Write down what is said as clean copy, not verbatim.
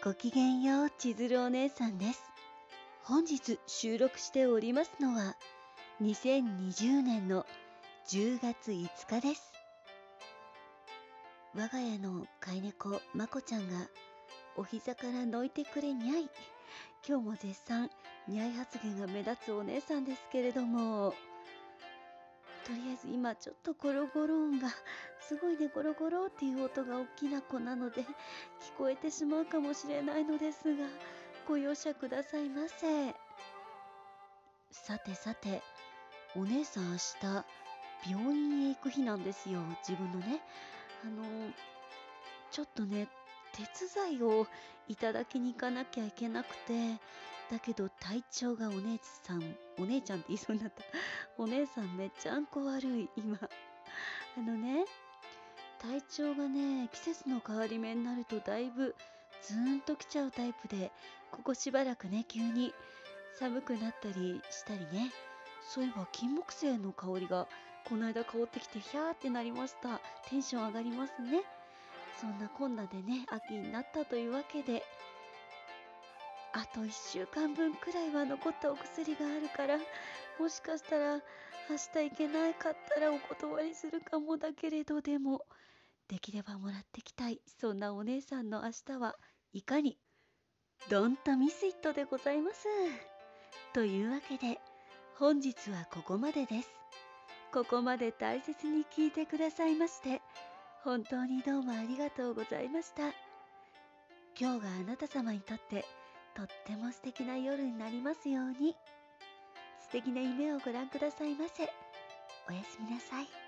ごきげんよう、千鶴お姉さんです。本日収録しておりますのは、2020年の10月5日です。我が家の飼い猫、まこちゃんが、お膝からのいてくれにゃい。今日も絶賛、にゃい発言が目立つお姉さんですけれども、とりあえず今ちょっとゴロゴロ音が、すごいね、ゴロゴロっていう音が大きな子なので、聞こえてしまうかもしれないのですが、ご容赦くださいませ。さてさて、お姉さん明日、病院へ行く日なんですよ、自分のね。ちょっとね、手伝いをいただきに行かなきゃいけなくて、だけど体調がお姉ちゃんって言いそうになった。お姉さんめっちゃあんこ悪い、今。体調がね、季節の変わり目になるとだいぶズーンときちゃうタイプで、ここしばらくね、急に寒くなったりしたりね。そういえば金木犀の香りがこの間香ってきてヒャーってなりました。テンション上がりますね。そんなこんなでね、秋になったというわけで、あと1週間分くらいは残ったお薬があるから、もしかしたら明日行けなかったらお断りするかもだけれど、でもできればもらってきたい。そんなお姉さんの明日はいかに。ドントミスイットでございます。というわけで、本日はここまでです。ここまで大切に聞いてくださいまして、本当にどうもありがとうございました。今日があなた様にとってとっても素敵な夜になりますように。素敵な夢をご覧くださいませ。おやすみなさい。